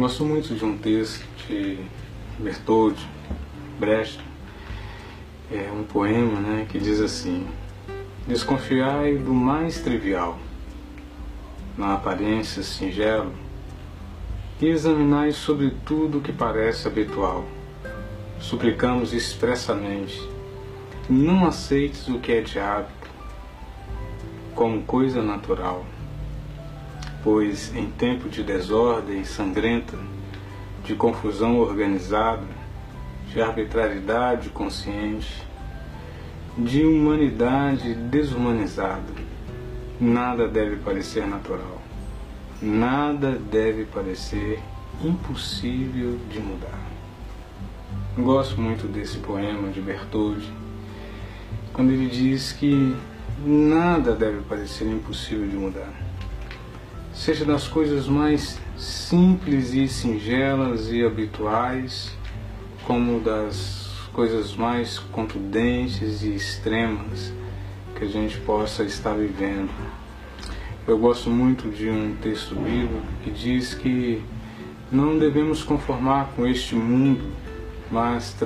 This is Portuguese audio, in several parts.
Gosto muito de um texto de Bertold Brecht, é um poema, que diz assim: desconfiai do mais trivial, na aparência singelo, e examinai sobre tudo o que parece habitual. Suplicamos expressamente, não aceites o que é de hábito, como coisa natural, pois em tempo de desordem sangrenta, de confusão organizada, de arbitrariedade consciente, de humanidade desumanizada, nada deve parecer natural, nada deve parecer impossível de mudar. Gosto muito desse poema de Bertold, quando ele diz que nada deve parecer impossível de mudar. Seja das coisas mais simples e singelas e habituais, como das coisas mais contundentes e extremas que a gente possa estar vivendo. Eu gosto muito de um texto bíblico que diz que não devemos conformar com este mundo, mas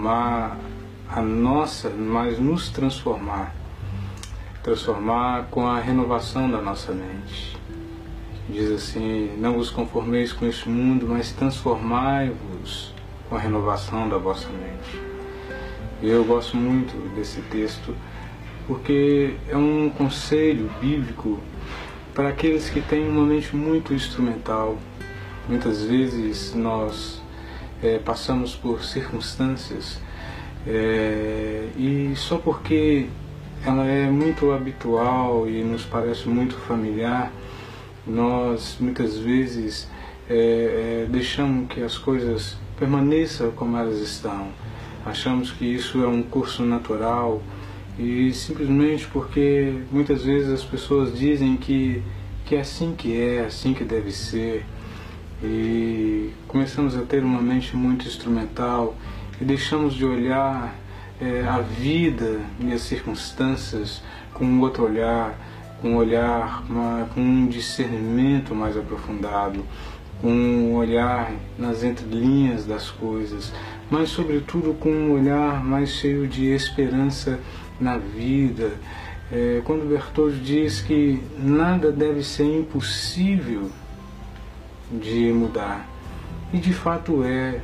nos transformar com a renovação da nossa mente. Diz assim: não vos conformeis com este mundo, mas transformai-vos com a renovação da vossa mente. Eu gosto muito desse texto porque é um conselho bíblico para aqueles que têm uma mente muito instrumental. Muitas vezes nós passamos por circunstâncias e só porque ela é muito habitual e nos parece muito familiar, nós muitas vezes deixamos que as coisas permaneçam como elas estão. Achamos que isso é um curso natural e simplesmente porque muitas vezes as pessoas dizem que é assim que deve ser, e começamos a ter uma mente muito instrumental e deixamos de olhar a vida e as circunstâncias com outro olhar, com um discernimento mais aprofundado, com um olhar nas entrelinhas das coisas, mas sobretudo com um olhar mais cheio de esperança na vida. Quando Bertold diz que nada deve ser impossível de mudar, e de fato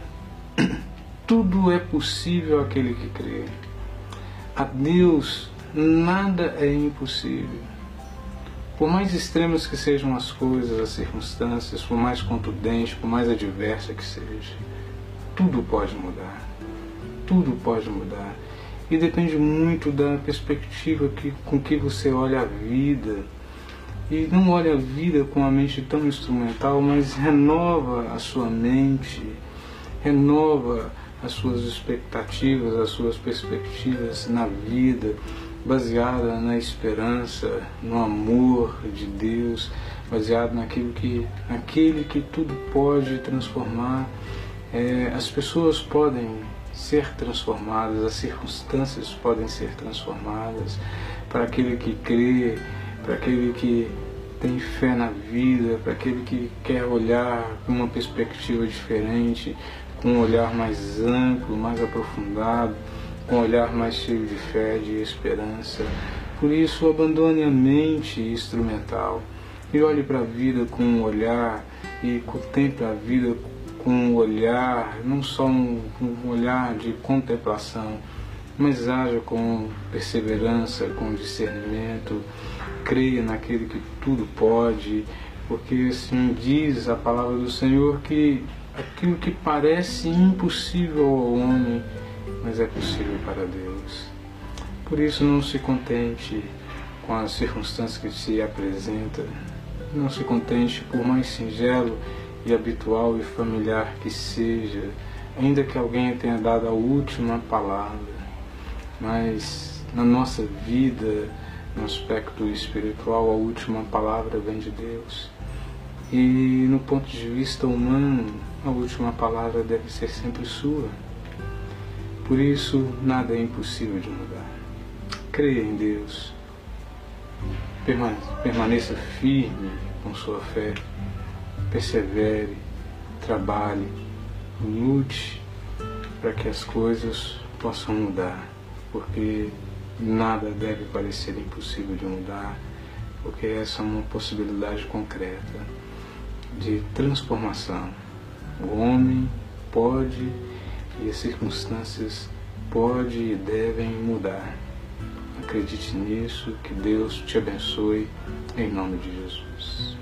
tudo é possível àquele que crê. A Deus nada é impossível. Por mais extremas que sejam as coisas, as circunstâncias, por mais contundente, por mais adversa que seja, tudo pode mudar. Tudo pode mudar. E depende muito da perspectiva com que você olha a vida. E não olha a vida com a mente tão instrumental, mas renova a sua mente, renova as suas expectativas, as suas perspectivas na vida, baseada na esperança, no amor de Deus, baseado naquele que tudo pode transformar. As pessoas podem ser transformadas, as circunstâncias podem ser transformadas para aquele que crê, para aquele que tem fé na vida, para aquele que quer olhar com uma perspectiva diferente, com um olhar mais amplo, mais aprofundado, com um olhar mais cheio de fé, de esperança. Por isso, abandone a mente instrumental e olhe para a vida com um olhar, e contemple a vida com um olhar, não só um olhar de contemplação, mas haja com perseverança, com discernimento. Creia naquele que tudo pode, porque assim diz a palavra do Senhor que aquilo que parece impossível ao homem, mas é possível para Deus. Por isso, não se contente com as circunstâncias que se apresentam, não se contente, por mais singelo e habitual e familiar que seja, ainda que alguém tenha dado a última palavra, mas na nossa vida, no aspecto espiritual, a última palavra vem de Deus. E no ponto de vista humano, a última palavra deve ser sempre sua. Por isso, nada é impossível de mudar. Creia em Deus. Permaneça firme com sua fé. Persevere. trabalhe, lute para que as coisas possam mudar, porque nada deve parecer impossível de mudar, porque essa é uma possibilidade concreta de transformação. O homem pode e as circunstâncias podem e devem mudar. Acredite nisso, que Deus te abençoe, em nome de Jesus.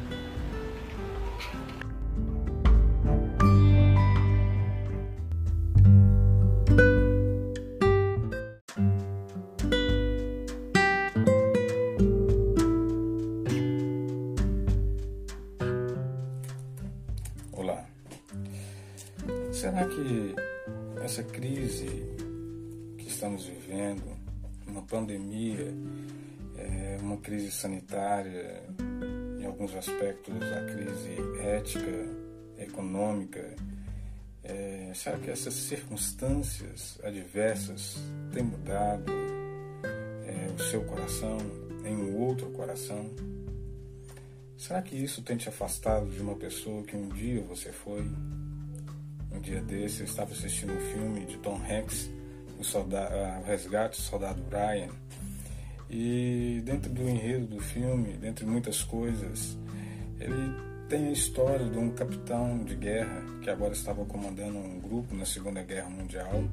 Olá. Será que essa crise que estamos vivendo, uma pandemia, uma crise sanitária, em alguns aspectos a crise ética, econômica, será que essas circunstâncias adversas têm mudado o seu coração em um outro coração? Será que isso tem te afastado de uma pessoa que um dia você foi? Um dia desse eu estava assistindo um filme de Tom Hanks, o Resgate do Soldado Ryan, e dentro do enredo do filme, dentre muitas coisas, ele tem a história de um capitão de guerra que agora estava comandando um grupo na Segunda Guerra Mundial,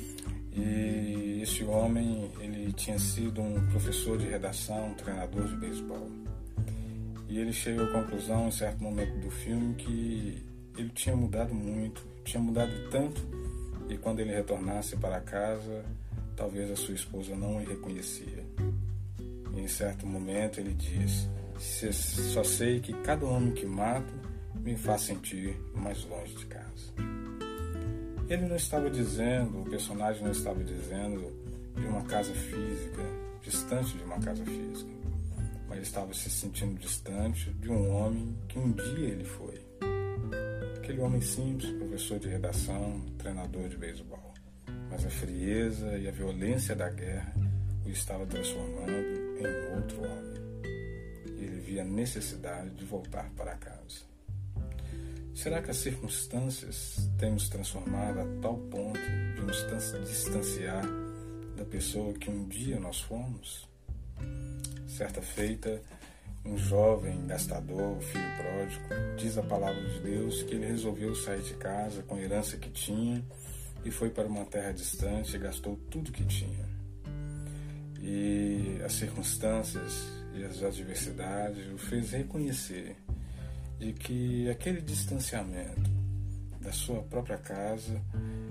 e esse homem, ele tinha sido um professor de redação, um treinador de beisebol. E ele chegou à conclusão, em certo momento do filme, que ele tinha mudado muito, tinha mudado tanto, e quando ele retornasse para casa, talvez a sua esposa não o reconhecia. E em certo momento ele diz: só sei que cada homem que mato me faz sentir mais longe de casa. Ele não estava dizendo, o personagem não estava dizendo de uma casa física, distante de uma casa física, mas estava se sentindo distante de um homem que um dia ele foi. Aquele homem simples, professor de redação, treinador de beisebol. Mas a frieza e a violência da guerra o estava transformando em outro homem. E ele via a necessidade de voltar para casa. Será que as circunstâncias têm nos transformado a tal ponto de nos distanciar da pessoa que um dia nós fomos? Certa feita, um jovem gastador, filho pródigo, diz a palavra de Deus que ele resolveu sair de casa com a herança que tinha e foi para uma terra distante e gastou tudo que tinha. E as circunstâncias e as adversidades o fez reconhecer de que aquele distanciamento da sua própria casa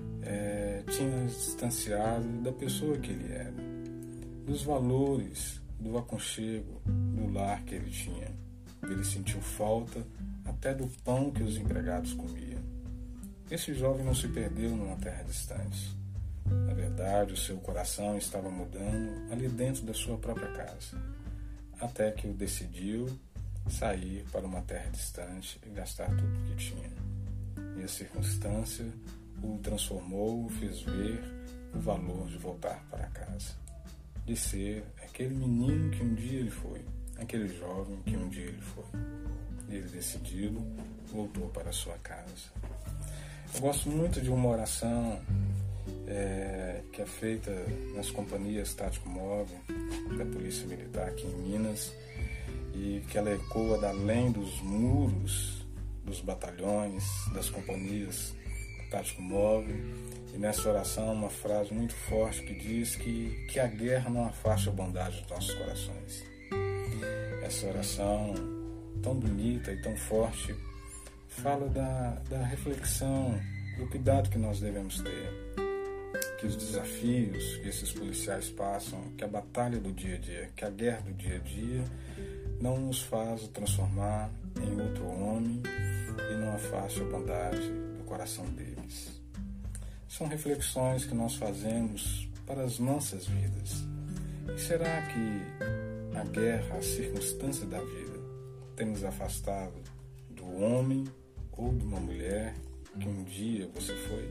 tinha distanciado da pessoa que ele era, dos valores, do aconchego, do lar que ele tinha. Ele sentiu falta até do pão que os empregados comiam. Esse jovem não se perdeu numa terra distante. Na verdade, o seu coração estava mudando ali dentro da sua própria casa, até que ele decidiu sair para uma terra distante e gastar tudo que tinha. E a circunstância o transformou, o fez ver o valor de voltar para casa, de ser aquele menino que um dia ele foi, aquele jovem que um dia ele foi. E ele, decidido, voltou para a sua casa. Eu gosto muito de uma oração que é feita nas companhias tático-móvel da Polícia Militar aqui em Minas, e que ela ecoa da além dos muros dos batalhões, das companhias tático-móvel. E nessa oração uma frase muito forte que diz que a guerra não afasta a bondade dos nossos corações. Essa oração tão bonita e tão forte fala da reflexão, do cuidado que nós devemos ter, que os desafios que esses policiais passam, que a batalha do dia a dia, que a guerra do dia a dia não nos faz transformar em outro homem e não afaste a bondade do coração deles. São reflexões que nós fazemos para as nossas vidas. E será que a guerra, a circunstância da vida, tem nos afastado do homem ou de uma mulher que um dia você foi?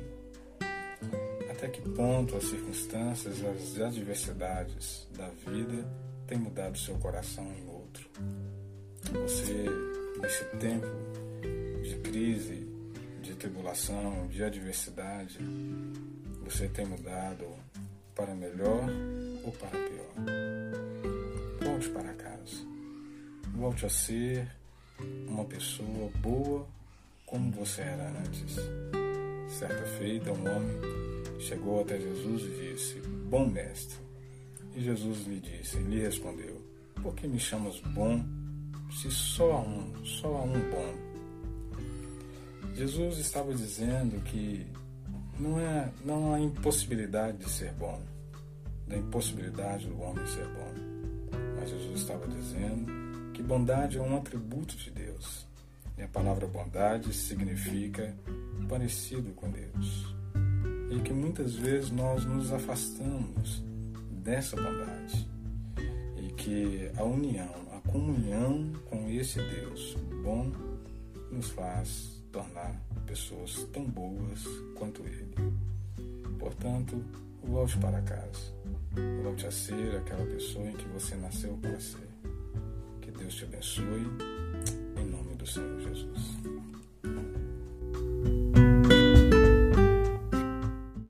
Até que ponto as circunstâncias, as adversidades da vida têm mudado seu coração em outro? Você, nesse tempo de crise, de tribulação, de adversidade, você tem mudado para melhor ou para pior? Volte para casa. Volte a ser uma pessoa boa como você era antes. Certa feita, um homem chegou até Jesus e disse: Bom mestre. E Jesus lhe respondeu: Por que me chamas bom, se só há um bom? Jesus estava dizendo que não há impossibilidade de ser bom, da impossibilidade do homem ser bom. Mas Jesus estava dizendo que bondade é um atributo de Deus. E a palavra bondade significa parecido com Deus. E que muitas vezes nós nos afastamos dessa bondade. E que a comunhão com esse Deus bom nos faz tornar pessoas tão boas quanto Ele. Portanto, volte para casa. Volte a ser aquela pessoa em que você nasceu para ser. Que Deus te abençoe, em nome do Senhor Jesus.